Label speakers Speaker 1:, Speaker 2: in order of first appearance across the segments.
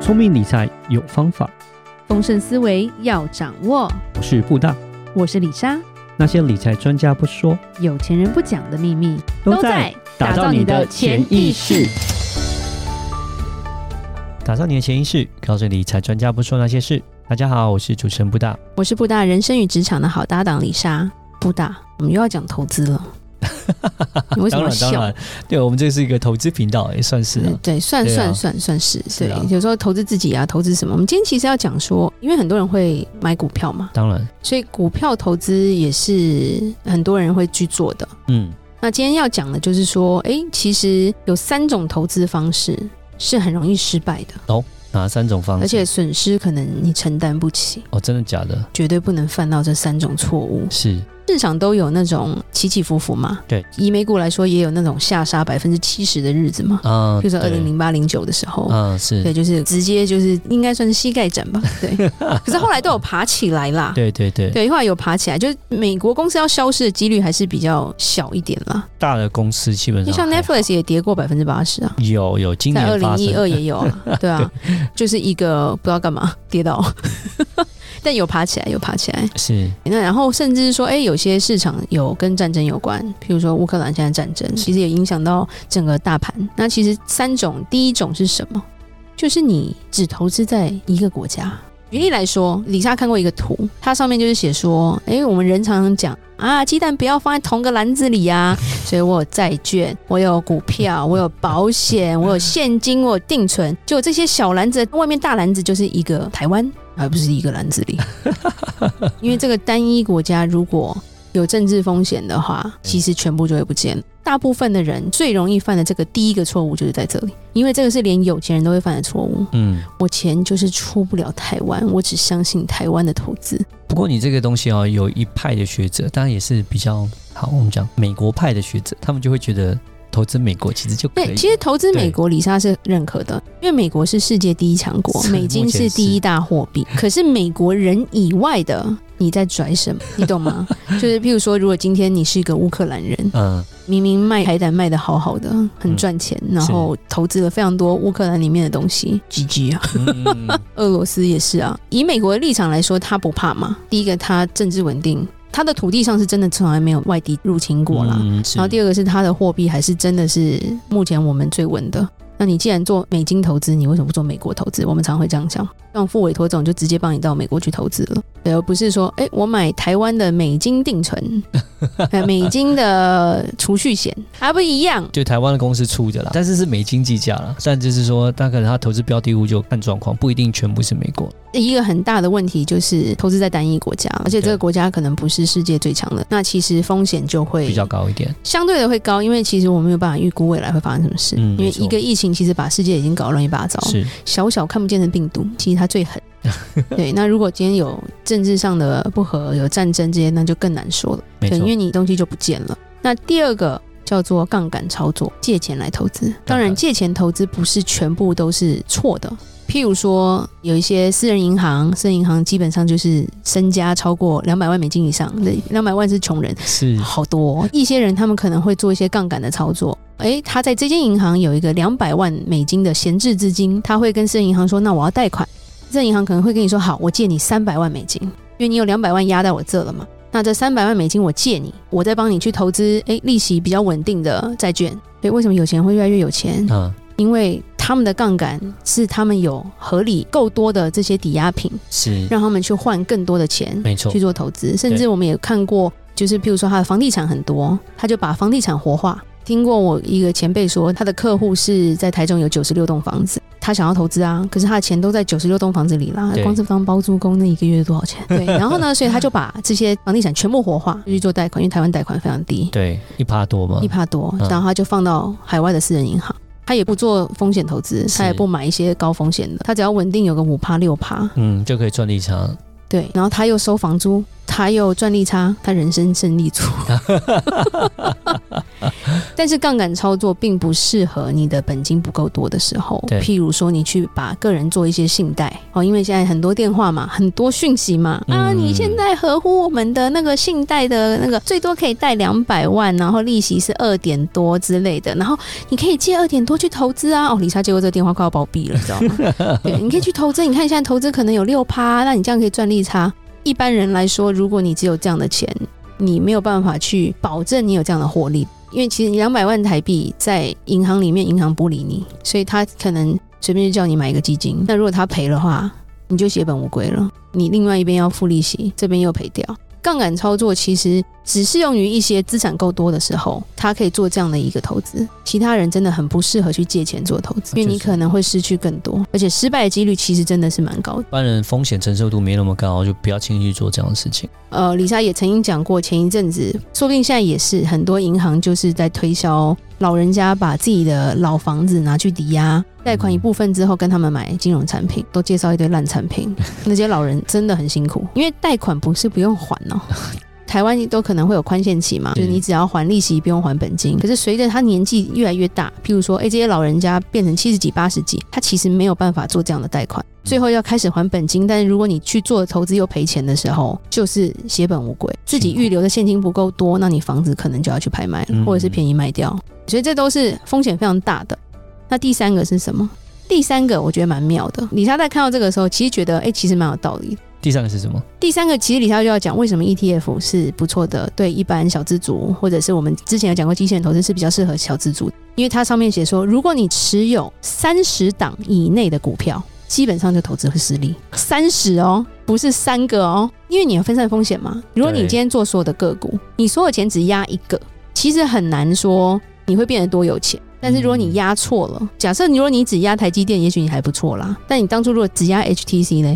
Speaker 1: 聪明理财有方法，
Speaker 2: 丰盛思维要掌握。
Speaker 1: 我是布大，
Speaker 2: 我是李莎。
Speaker 1: 那些理财专家不说，
Speaker 2: 有钱人不讲的秘密，
Speaker 1: 都在打造你的潜意识。打造你的潜意识，告诉理财专家不说那些事。大家好，我是主持人布大，
Speaker 2: 我是布大人生与职场的好搭档李莎。布大，我们又要讲投资了。你为什么笑？
Speaker 1: 当然，对，我们这是一个投资频道，也算是
Speaker 2: 对，算是对。有时候投资自己啊，投资什么？我们今天其实要讲说，因为很多人会买股票嘛，
Speaker 1: 当然，
Speaker 2: 所以股票投资也是很多人会去做的。那今天要讲的就是说，其实有3种投资方式是很容易失败的。
Speaker 1: 哦，哪3种方式？
Speaker 2: 而且损失可能你承担不起。
Speaker 1: 哦，真的假的？
Speaker 2: 绝对不能犯到这3种错误。
Speaker 1: 是。
Speaker 2: 市场都有那种起起伏伏嘛，
Speaker 1: 对，
Speaker 2: 以美股来说也有那种下杀70%的日子嘛，比如说2008-09的时候，
Speaker 1: 是，
Speaker 2: 对，就是直接就是应该算是膝盖斩吧，对。可是后来都有爬起来啦，对，后来有爬起来，就是美国公司要消失的几率还是比较小一点啦。
Speaker 1: 大的公司基本上，
Speaker 2: 像 Netflix 也跌过80%啊，
Speaker 1: 有，今年
Speaker 2: 在2012也有啊，对啊，就是一个不知道干嘛跌倒。但有爬起来，
Speaker 1: 是。
Speaker 2: 那然后甚至是说，有些市场有跟战争有关，譬如说乌克兰现在战争，其实也影响到整个大盘。那其实3种，第一种是什么？就是你只投资在一个国家。举例来说，李莎看过一个图，它上面就是写说，我们人常常讲啊，鸡蛋不要放在同个篮子里啊，所以我有债券，我有股票，我有保险，我有现金，我有定存，就这些小篮子，外面大篮子就是一个台湾，而不是一个篮子里。因为这个单一国家如果有政治风险的话，其实全部就会不见了。大部分的人最容易犯的这个第一个错误就是在这里，因为这个是连有钱人都会犯的错误。我钱就是出不了台湾，我只相信台湾的投资。
Speaker 1: 不过你这个东西有一派的学者，当然也是比较好，我们讲美国派的学者，他们就会觉得投资美国其实就可以。
Speaker 2: 对，其实投资美国李莎是认可的，因为美国是世界第一强国，美金是第一大货币。可是美国人以外的你在拽什么？你懂吗？就是譬如说，如果今天你是一个乌克兰人，明明卖海胆卖得好好的，很赚钱，然后投资了非常多乌克兰里面的东西 GG 啊。俄罗斯也是啊。以美国的立场来说，他不怕嘛。第一个，他政治稳定，他的土地上是真的从来没有外敌入侵过啦。然后第二个是他的货币还是真的是目前我们最稳的。那你既然做美金投资，你为什么不做美国投资？我们常会这样讲，像副委托这种就直接帮你到美国去投资了，对，而不是说我买台湾的美金定存美金的储蓄险还不一样，
Speaker 1: 就台湾的公司出的啦，但是是美金计价啦，但就是说他可能他投资标的物就看状况，不一定全部是美国。
Speaker 2: 一个很大的问题就是投资在单一国家，而且这个国家可能不是世界最强的，那其实风险就会
Speaker 1: 比较高一点，
Speaker 2: 相对的会高，因为其实我们没有办法预估未来会发生什么事。因为一个疫情其实把世界已经搞乱七八糟，是小小看不见的病毒，其实它最狠。对，那如果今天有政治上的不合，有战争这些，那就更难说了。对，因为你东西就不见了。那第二个叫做杠杆操作，借钱来投资。当然，借钱投资不是全部都是错的。譬如说，有一些私人银行基本上就是身家超过200万美金以上，200万是穷人，是好多一些人他们可能会做一些杠杆的操作。他在这间银行有一个200万美金的闲置资金，他会跟私人银行说，那我要贷款。私人银行可能会跟你说，好，我借你300万美金，因为你有200万压在我这了嘛。那这300万美金我借你，我再帮你去投资利息比较稳定的债券。所以为什么有钱人会越来越有钱？因为他们的杠杆是他们有合理够多的这些抵押品，是让他们去换更多的钱，没错，去做投资。甚至我们也看过，就是譬如说他的房地产很多，他就把房地产活化。听过我一个前辈说，他的客户是在台中有96栋房子，他想要投资啊，可是他的钱都在96栋房子里啦，光是当包租公那一个月多少钱？对，然后呢，所以他就把这些房地产全部活化，就去做贷款，因为台湾贷款非常低，
Speaker 1: 对，1%多嘛，1%
Speaker 2: 多，然后他就放到海外的私人银行。他也不做风险投资，他也不买一些高风险的，他只要稳定有个5%、6%，
Speaker 1: 就可以赚利差。
Speaker 2: 对，然后他又收房租， 他又赚利差，他人生胜利组。但是杠杆操作并不适合你的本金不够多的时候，譬如说你去把个人做一些信贷因为现在很多电话嘛，很多讯息嘛，你现在合乎我们的那个信贷的那个最多可以贷200万，然后利息是2点多之类的，然后你可以借2点多去投资啊。理查接过这个电话快要暴毙了，知道吗？对，你可以去投资，你看现在投资可能有 6%， 那你这样可以赚利差。一般人来说，如果你只有这样的钱，你没有办法去保证你有这样的获利，因为其实200万台币在银行里面，银行不理你，所以他可能随便就叫你买一个基金，那如果他赔的话，你就血本无归了，你另外一边要付利息，这边又赔掉。杠杆操作其实只适用于一些资产够多的时候，他可以做这样的一个投资，其他人真的很不适合去借钱做投资，因为你可能会失去更多，而且失败的几率其实真的是蛮高的。
Speaker 1: 一般人风险承受度没那么高，就不要轻易去做这样的事情。
Speaker 2: 李莎也曾经讲过，前一阵子说不定现在也是很多银行就是在推销老人家把自己的老房子拿去抵押贷款一部分之后跟他们买金融产品，都介绍一堆烂产品。那些老人真的很辛苦，因为贷款不是不用还台湾都可能会有宽限期嘛，就是你只要还利息不用还本金。可是随着他年纪越来越大，譬如说这些老人家变成70几80几，他其实没有办法做这样的贷款，最后要开始还本金，但是如果你去做投资又赔钱的时候，就是血本无归。自己预留的现金不够多，那你房子可能就要去拍卖了，或者是便宜卖掉，所以这都是风险非常大的。那第三个是什么？第三个我觉得蛮妙的，李莎在看到这个时候其实觉得其实蛮有道理的。
Speaker 1: 第三个是什么？
Speaker 2: 第三个其实李莎就要讲为什么 ETF 是不错的，对一般小资族，或者是我们之前有讲过机器人投资是比较适合小资族，因为它上面写说，如果你持有30档以内的股票，基本上就投资会失利。30不是3个因为你有分散风险嘛。如果你今天做所有的个股，你所有钱只压一个，其实很难说你会变得多有钱。但是如果你压错了，假设如果你只压台积电，也许你还不错啦，但你当初如果只压 HTC 呢？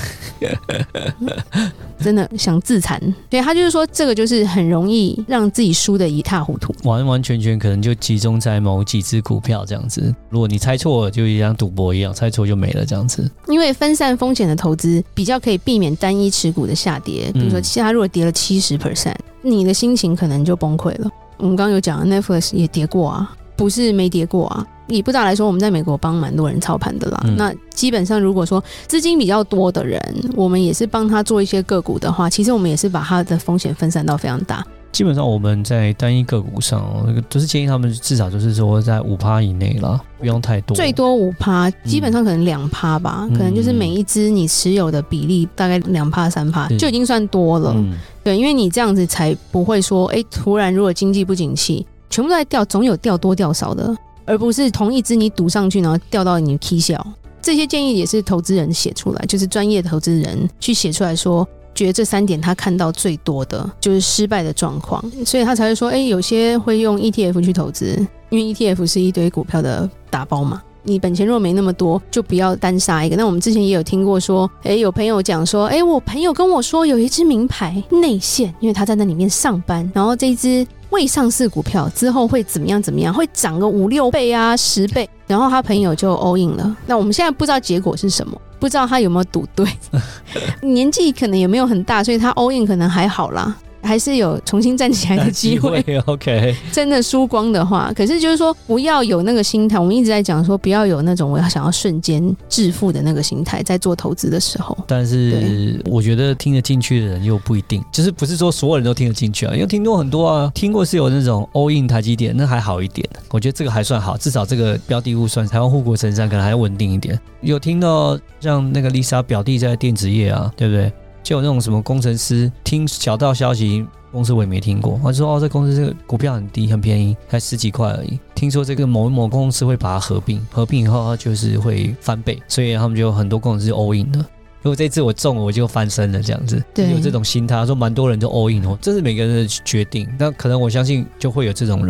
Speaker 2: 真的想自残。对，他就是说这个就是很容易让自己输得一塌糊涂，
Speaker 1: 完完全全可能就集中在某几只股票这样子，如果你猜错了就像赌博一样，猜错就没了这样子。
Speaker 2: 因为分散风险的投资比较可以避免单一持股的下跌，比如说它如果跌了 70%， 你的心情可能就崩溃了。我们刚刚有讲 Netflix 也跌过啊，不是没跌过啊。以不大来说，我们在美国帮蛮多人操盘的啦。那基本上如果说资金比较多的人，我们也是帮他做一些个股的话，其实我们也是把他的风险分散到非常大。
Speaker 1: 基本上我们在单一个股上都是建议他们至少就是说在 5% 以内啦，不用太多，
Speaker 2: 最多 5%， 基本上可能 2% 吧，可能就是每一支你持有的比例大概 2% 3% 就已经算多了。对，因为你这样子才不会说突然如果经济不景气全部都在掉，总有掉多掉少的，而不是同一支你赌上去然后掉到你的 K 小。这些建议也是投资人写出来，就是专业投资人去写出来说，觉得这3点他看到最多的就是失败的状况，所以他才会说有些会用 ETF 去投资，因为 ETF 是一堆股票的打包嘛，你本钱若没那么多就不要单杀一个。那我们之前也有听过说有朋友讲说我朋友跟我说有一只名牌内线，因为他在那里面上班，然后这一只未上市股票之后会怎么样怎么样，会涨个5、6倍啊10倍，然后他朋友就 all in 了。那我们现在不知道结果是什么，不知道他有没有赌对年纪可能也没有很大，所以他 all in 可能还好啦，还是有重新站起来的机会。
Speaker 1: OK，
Speaker 2: 真的输光的话，可是就是说不要有那个心态。我们一直在讲说，不要有那种我要想要瞬间致富的那个心态，在做投资的时候。
Speaker 1: 但是我觉得听得进去的人又不一定，就是不是说所有人都听得进去啊，因为听过很多啊，听过是有那种 all in 台积电，那还好一点，我觉得这个还算好，至少这个标的物算台湾护国神山，可能还稳定一点。有听到像那个 Lisa 表弟在电子业啊，对不对？就有那种什么工程师听小道消息，公司我也没听过，他就说这公司这个股票很低很便宜，才10几块而已，听说这个某公司会把它合并以后它就是会翻倍，所以他们就有很多工程师 all in 了。如果这次我中了我就翻身了这样子，对，有这种心态，说蛮多人就 all in 这是每个人的决定，那可能我相信就会有这种人。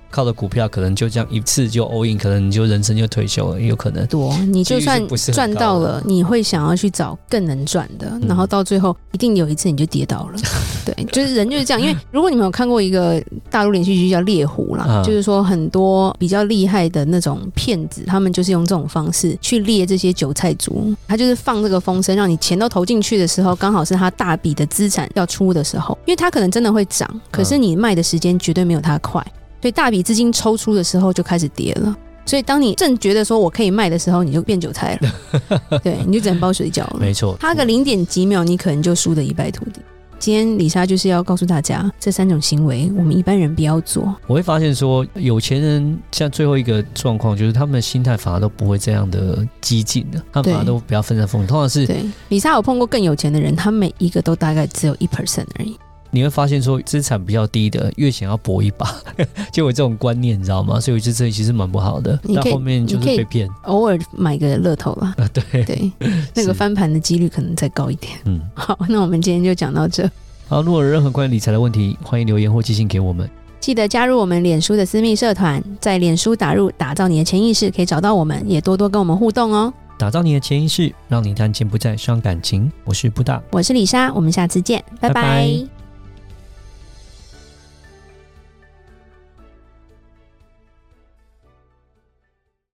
Speaker 1: 靠着股票可能就这样一次就 all in， 可能你就人生就退休了，有可能
Speaker 2: 多，你就算赚到了，你会想要去找更能赚的，然后到最后一定有一次你就跌倒了。对，就是人就是这样。因为如果你们有看过一个大陆连续剧叫《猎狐》啦，就是说很多比较厉害的那种骗子，他们就是用这种方式去猎这些韭菜族，他就是放这个风声，让你钱都投进去的时候，刚好是他大笔的资产要出的时候，因为他可能真的会涨，可是你卖的时间绝对没有他快，所以大笔资金抽出的时候就开始跌了。所以当你正觉得说我可以卖的时候，你就变韭菜了。对，你就只能包水饺了。
Speaker 1: 没错，
Speaker 2: 差个0点几秒，你可能就输得一败涂地。今天李莎就是要告诉大家，这3种行为我们一般人不要做。
Speaker 1: 我会发现说，有钱人像最后一个状况，就是他们的心态反而都不会这样的激进的，他们反而都比较分散风险。通常是
Speaker 2: 对李莎有碰过更有钱的人，他每一个都大概只有 1% 而已。
Speaker 1: 你会发现说，资产比较低的越想要搏一把，就有这种观念，你知道吗？所以我觉得这其实蛮不好的。到后面就是被骗，
Speaker 2: 偶尔买个乐透啦。
Speaker 1: 对，
Speaker 2: 那个翻盘的几率可能再高一点。好，那我们今天就讲到这。
Speaker 1: 好，如果有任何关于理财的问题，欢迎留言或寄信给我们。
Speaker 2: 记得加入我们脸书的私密社团，在脸书打入打造你的潜意识，可以找到我们，也多多跟我们互动哦。
Speaker 1: 打造你的潜意识，让你谈钱不再伤感情。我是布大，
Speaker 2: 我是李莎，我们下次见，拜拜。